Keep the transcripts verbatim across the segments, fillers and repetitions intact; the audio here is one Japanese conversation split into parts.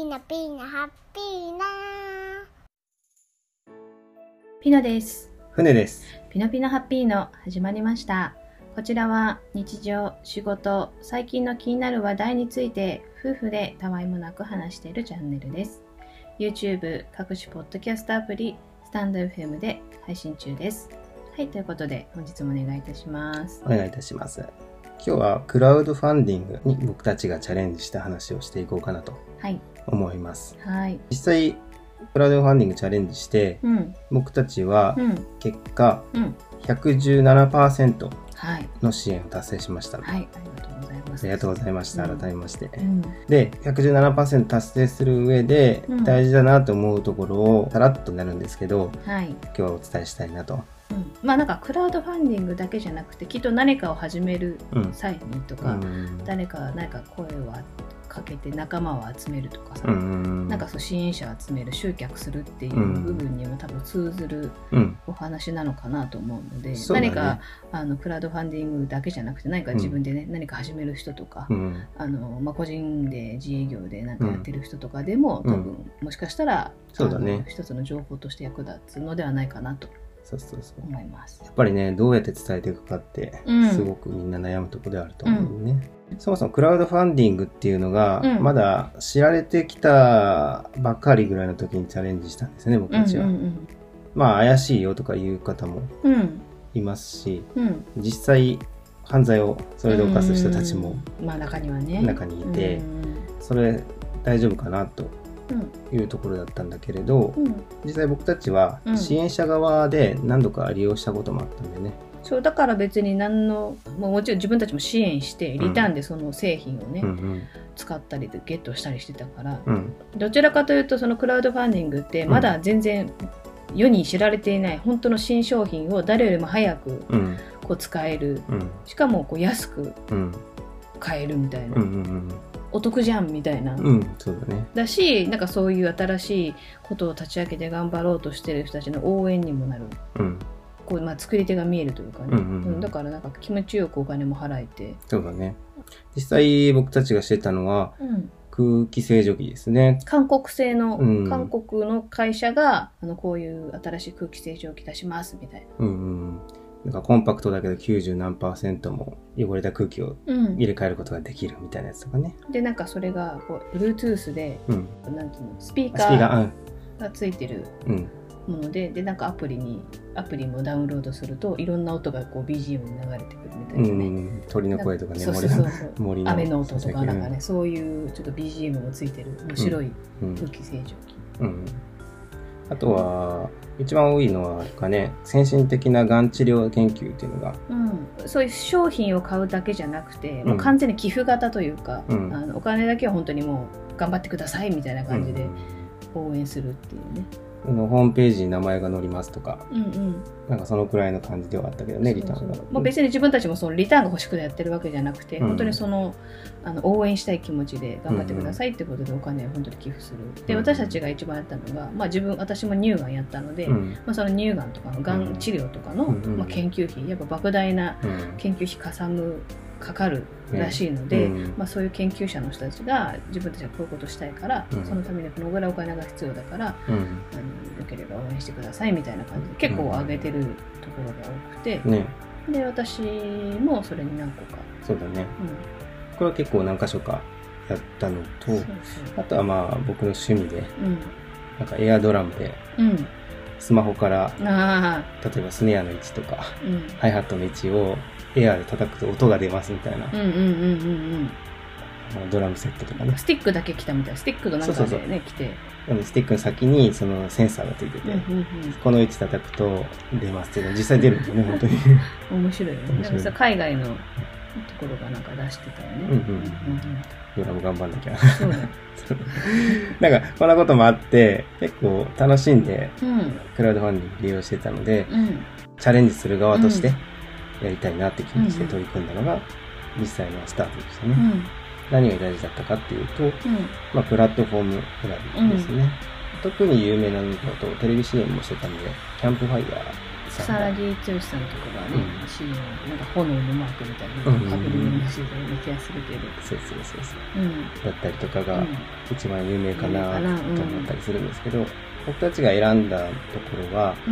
ナピーナハッピーナピノです。 船です。 ピノピノハッピーノ始まりました。こちらは日常、仕事、最近の気になる話題について夫婦でたわいもなく話しているチャンネルです。YouTube、各種ポッドキャストアプリ、スタンド エフエム で配信中です。はい、ということで本日もお願いいたします。 お願いいたします。今日はクラウドファンディングに僕たちがチャレンジした話をしていこうかなと思います。 はい。 実際クラウドファンディングチャレンジして、うん、僕たちは結果、うん、ひゃくじゅうななパーセント の支援を達成しました。 はい、はい、ありがとうございます。 ありがとうございました。改めまして。 うん、 で、ひゃくじゅうななパーセント 達成する上で大事だなと思うところをさらっとなるんですけど、 はい、 今日はお伝えしたいなと。 うん、まあなんかクラウドファンディングだけじゃなくて、きっと何かを始める際にとか、うん、誰か何か声をかけて仲間を集めるとかさ、うん、なんかそう支援者を集める、集客するっていう部分にも多分通ずるお話なのかなと思うので、うん、何か、ね、あのクラウドファンディングだけじゃなくて何か自分でね、うん、何か始める人とか、うん、あのまあ、個人で自営業で何かやってる人とかでも、うん、多分もしかしたら、 そうだね、 一つの情報として役立つのではないかなと。 そうそうそう思います。 やっぱりね、どうやって伝えていくかってすごくみんな悩むところであると思うね、うん、そもそもクラウドファンディングっていうのがまだ知られてきたばっかりぐらいの時にチャレンジしたんですね、僕たちは、うんうんうん、まあ怪しいよとかいう方もいますし、うん、実際犯罪をそれで犯す人たちも中にはね、中にいて、うん、それ大丈夫かなというところだったんだけれど、うん、実際僕たちは支援者側で何度か利用したこともあったんだよね、 うん、そうだから別に何の、もうもちろん自分たちも支援してリターンでその製品をね、うんうんうん、使ったりでゲットしたりしてたから、うん、どちらかというとそのクラウドファンディングってまだ全然世に知られていない本当の新商品を誰よりも早くこう使える、うん、しかもこう安く買えるみたいな、うんうんうん、お得じゃんみたいな、 うん、そうだね。 だし、なんかそういう新しいことを立ち上げて頑張ろうとしてる人たちの応援にもなる、うん、こうまあ作り手が見えるというかね、うんうんうん、だからなんか気持ちよくお金も払えて。 そうだね。実際僕たちがしてたのは、うん、空気清浄機ですね。 韓国製の、うん、韓国の会社があのこういう新しい空気清浄機出しますみたいな。 うんうん、なんかコンパクトだけどきゅうじゅうなんパーセントも汚れた空気を入れ替えることができるみたいなやつとかね、 うん、でなんかそれがこう Bluetooth で、うん、なんていうの、スピーカーがついてるもので、うん、でなんかアプリにアプリもダウンロードするといろんな音がこう ビージーエム に流れてくるみたいなね、うん、 鳥の声とかね、 そうそうそうそう森の雨の音とかなんかね、そういうちょっと ビージーエム もついてる面白い空気清浄機、うんうんうん、 あとは一番多いのはかね、先進的ながん治療研究っていうのが、 うん、そういう商品を買うだけじゃなくて、うん、もう完全に寄付型というか、うん、あのお金だけは本当にもう頑張ってくださいみたいな感じで応援するっていうね、 うん、のホームページに名前が載りますとか、うんうん、なんかそのくらいの感じではあったけどね、リターンが。 そうそう、もう別に自分たちもそのリターンが欲しくてやってるわけじゃなくて、うん、本当にその、あの応援したい気持ちで頑張ってくださいってことでお金を本当に寄付する、うん、で私たちが一番やったのが、まあ、自分私も乳がんやったので、うんまあ、その乳がんとかのがん治療とかの、うんまあ、研究費、やっぱ莫大な研究費かさむかかるらしいので、うんまあ、そういう研究者の人たちが自分たちがこういうことしたいから、うん、そのためにこのぐらいお金が必要だから、うん、あのよければ応援してくださいみたいな感じで結構上げてるところが多くて、ね、で私もそれに何個か。 そうだね、うん、これは結構何箇所かやったのと、そうそう、あとはまあ僕の趣味で、うん、なんかエアドラムで、うんスマホから例えばスネアの位置とか、うん、ハイハットの位置をエアーで叩くと音が出ますみたいな、うんうんうんうんうん、ドラムセットとかね、 スティックだけ来たみたいな、スティックの中でね、そうそうそう来て、 スティックの先にそのセンサーがついてて、うんうんうん、この位置叩くと出ますっていうの実際出るんですね本当に面白いよね。でもさ海外のところがなんか出してたよね、うんうんうんうん、 ドラム頑張んなきゃそうだなんかこんなこともあって結構楽しんでクラウドファンディング利用してたので、うん、チャレンジする側としてやりたいなって気持ちで取り組んだのが実際のスタートでしたね、うん、何が大事だったかっていうと、うんまあ、プラットフォーム選びですね、うん、特に有名なのだとテレビ シーエム もしてたのでキャンプファイヤーですさん草薙剛さんとかがね、うん、シーンなんか炎のマークみたいなのをかけるようなシーンな気がするけど、 そうそうそうそう、うん、だったりとかが一番有名かなと思ったりするんですけど、うん、僕たちが選んだところは、うん、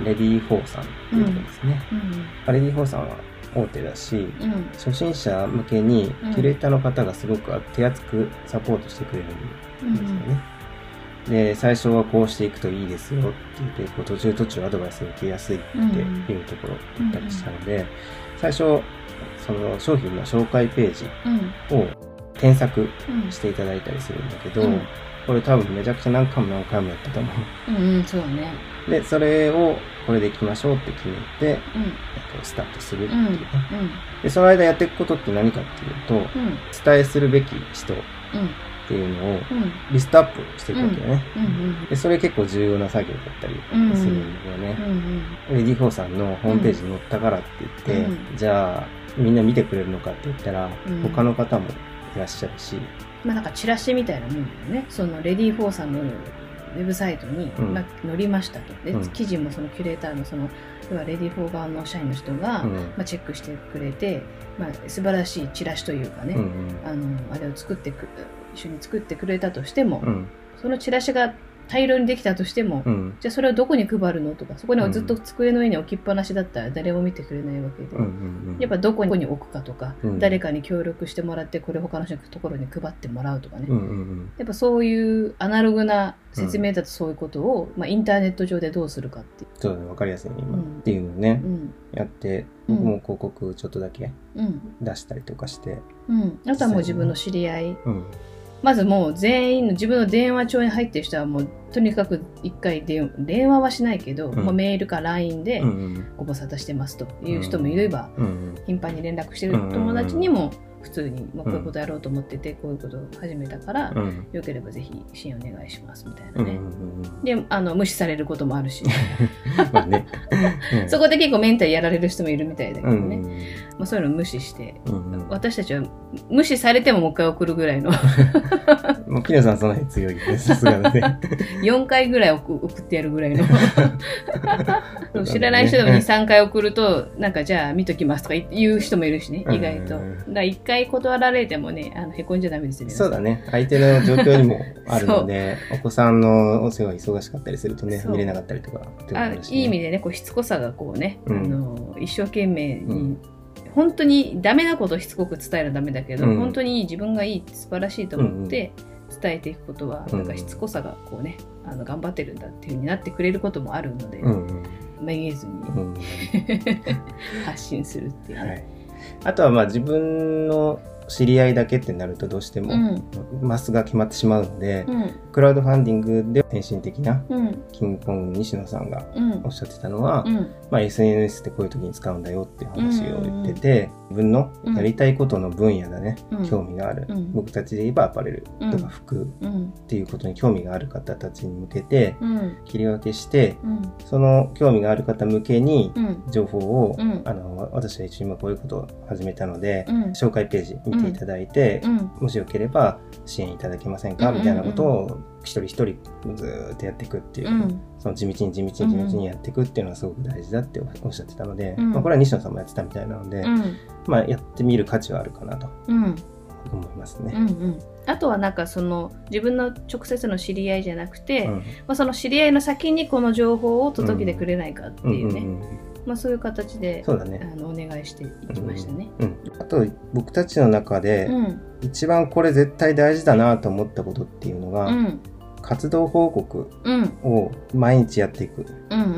レディーフォーさんっていうところですね、うんうん、レディーフォーさんは大手だし、うん、初心者向けにキュレーターの方がすごく手厚くサポートしてくれるんですよね、うん、で最初はこうしていくといいですよって言って、こう途中途中アドバイスを受けやすいっていうところだったりしたので、うん、最初その商品の紹介ページを添削していただいたりするんだけど、うん、これ多分めちゃくちゃ何回も何回もやったと思う。 うんうん、そうだね。 で、それをこれでいきましょうって決めて、うん、スタートするっていうね、うんうん。で、その間やっていくことって何かっていうと、うん、伝えするべき人っていうのをリストアップしていくわけよね、うんうんうん。で、それ結構重要な作業だったりするんだよね。うんうん、レディーフォーさんのホームページに載ったからって言って、うん、じゃあみんな見てくれるのかって言ったら、うん、他の方もいらっしゃるし、 まあなんかチラシみたいなもんだよね。そのレディーフォーさんのウェブサイトに、うんまあ、載りましたと。で、うん、記事もそのキュレーターのその要はレディーフォー側の社員の人が、うんまあ、チェックしてくれて、まあ、素晴らしいチラシというかね、うんうん、あのあれを作ってく一緒に作ってくれたとしても、うん、そのチラシが大量にできたとしても、うん、じゃあそれをどこに配るのとか、そこにはずっと机の上に置きっぱなしだったら誰も見てくれないわけで、うんうんうん、やっぱどこに置くかとか、うん、誰かに協力してもらってこれ他の人のところに配ってもらうとかね、うんうんうん、やっぱそういうアナログな説明だとそういうことを、うんまあ、インターネット上でどうするかっていうそうだね、分かりやすいね今、うん、っていうのをね、うん、やって僕も広告ちょっとだけ出したりとかして、 うんうん、あとはもう自分の知り合い、うんまずもう全員の自分の電話帳に入ってる人はもうとにかく一回電話はしないけど、うんまあ、メールか ライン でご無沙汰してますという人もいれば、うんうん、頻繁に連絡してる友達にも普通に、まあ、こういうことやろうと思っててこういうことを始めたから、うん、よければぜひ支援お願いしますみたいなね、うんうんうん、であの無視されることもあるしまあ、ねうん、そこで結構メンタルやられる人もいるみたいだけどね、うんうんまあ、そういうのを無視して、うんうん、私たちは無視されてももう一回送るぐらいのもうピノさんその辺強いです、さすがだねよんかいぐらい送ってやるぐらいの知らない人でもにさんかい送るとなんかじゃあ見ときますとか言う人もいるしね、意外とだからいっかい断られてもね、あのへこんじゃダメですよね。 そうだね、相手の状況にもあるのでお子さんのお世話忙しかったりするとね見れなかったりとかってあるし、ね、 いい意味でね、こうしつこさがこうね、うん、あの一生懸命に、うん本当にダメなことをしつこく伝えるのはダメだけど、うん、本当に自分がいい素晴らしいと思って伝えていくことは、うん、なんかしつこさがこうねあの頑張ってるんだっていう風になってくれることもあるので、うん、めげずに、うん、発信するっていうね、はい、 あとはまあ自分の知り合いだけってなるとどうしてもマスが決まってしまうので、うん、クラウドファンディングで先進的な、うん、キングコング西野さんがおっしゃってたのは、うんまあ、エスエヌエス ってこういう時に使うんだよっていう話を言ってて、うんうん、自分のやりたいことの分野だね、うん、興味がある、うん、僕たちで言えばアパレルとか服っていうことに興味がある方たちに向けて切り分けして、うん、その興味がある方向けに情報を、うん、あの私は一応今こういうことを始めたので、うん、紹介ページ見ていただいて、うん、もしよければ支援いただけませんか、うん、みたいなことを一人一人ずーっとやっていくっていう、うん、その地道に地道に地道にやっていくっていうのはすごく大事だっておっしゃってたので、うんまあ、これは西野さんもやってたみたいなので、うんまあ、やってみる価値はあるかなと思いますね、うんうん、 あとはなんかその自分の直接の知り合いじゃなくて、うんまあ、その知り合いの先にこの情報を届けてくれないかっていうね、うんうんうんうんまあ、そういう形でそうだ、ね、あのお願いしていきましたね、 うんうん、あと僕たちの中で、うん、一番これ絶対大事だなと思ったことっていうのが、うん、活動報告を毎日やっていく、うんうんうん、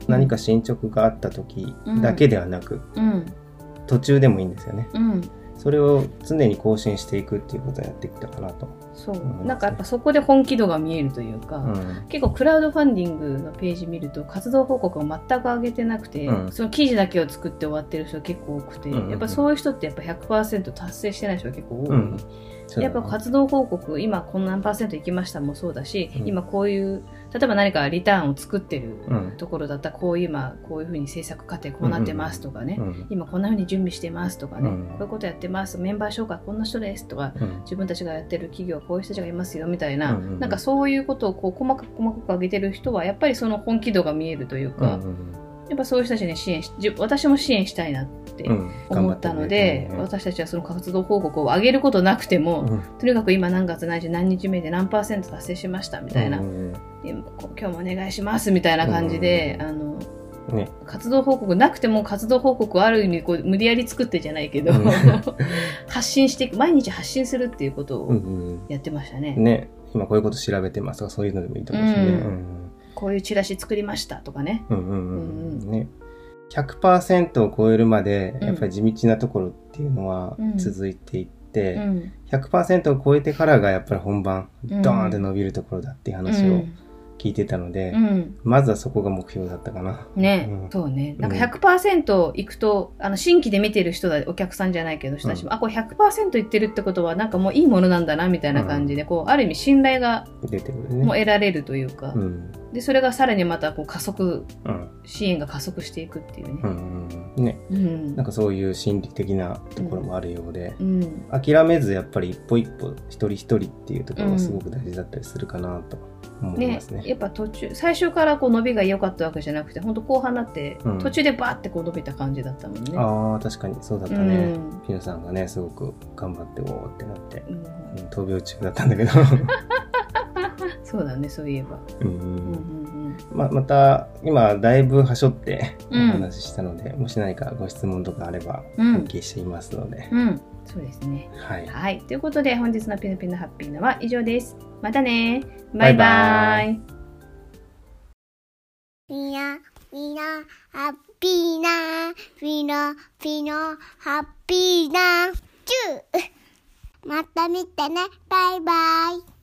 何か進捗があった時だけではなく、うん、途中でもいいんですよね、うんそれを常に更新していくっていうことをやってきたかなと。 そう。なんかやっぱそこで本気度が見えるというか、うん、結構クラウドファンディングのページ見ると活動報告を全く上げてなくて、うん、その記事だけを作って終わってる人が結構多くて、うんうんうん、やっぱそういう人ってやっぱ ひゃくパーセント 達成してない人が結構多い。うんやっぱ活動報告、今こんな何パーセント行きましたもそうだし、うん、今こういう、例えば何かリターンを作ってるところだったら、こういう今、こういうふうに制作過程こうなってますとかね、うんうん、今こんなふうに準備してますとかね、うん、こういうことやってます、メンバー紹介こんな人ですとか、うん、自分たちがやってる企業こういう人たちがいますよみたいな、うんうんうん、なんかそういうことをこう細かく細かく上げてる人は、やっぱりその本気度が見えるというか、うんうんやっぱそういう人たちに支援し、私も支援したいなって思ったので、うんね、私たちはその活動報告を上げることなくても、うん、とにかく今何月何日何日目で何パーセント達成しましたみたいな、うん、今日もお願いしますみたいな感じで、うん、あのね、活動報告なくても活動報告をある意味こう無理やり作ってじゃないけど、うん、発信していく、毎日発信するっていうことをやってましたね。 うんうん、ね、今こういうこと調べてますとかそういうのでもいいと思うしね。うんうん、 こういうチラシ作りましたとかね。うんうんうんうん、ね。ひゃくパーセント を超えるまでやっぱり地道なところっていうのは続いていって、うん、ひゃくパーセント を超えてからがやっぱり本番、ドーンって伸びるところだっていう話を聞いてたので、うん、まずはそこが目標だったかな。 ね、うん、そうね。なんか ひゃくパーセント 行くと、あの新規で見てる人だ、お客さんじゃないけど人たちも、うん、あ、これ ひゃくパーセント 行ってるってことはなんかもういいものなんだなみたいな感じで、うん、こうある意味信頼が出てくるね。もう得られるというか、うん、でそれがさらにまたこう加速、うん、支援が加速していくっていうね。うんうん、ね、うん、なんかそういう心理的なところもあるようで、うんうん、諦めずやっぱり一歩一歩一人一人っていうところがすごく大事だったりするかなと。思いますね。 ね、やっぱ途中最初からこう伸びが良かったわけじゃなくて、本当後半になって、うん、途中でバーってこう伸びた感じだったもんね。 ああ、確かにそうだったね。うん、ピノさんがねすごく頑張っておーってなって、うん、闘病中だったんだけどそうだね、そういえば。うんうんうんうん、ま, また今だいぶはしょってお話ししたので、うん、もし何かご質問とかあればお受けしていますので、 うんうん、そうですね、はい、はい、ということで本日のピノピノハッピーナは以上です。またね、バイバイ。 ピノピノハッピーナ、ピノピノハッピーナチュー。また見てね、バイバイ。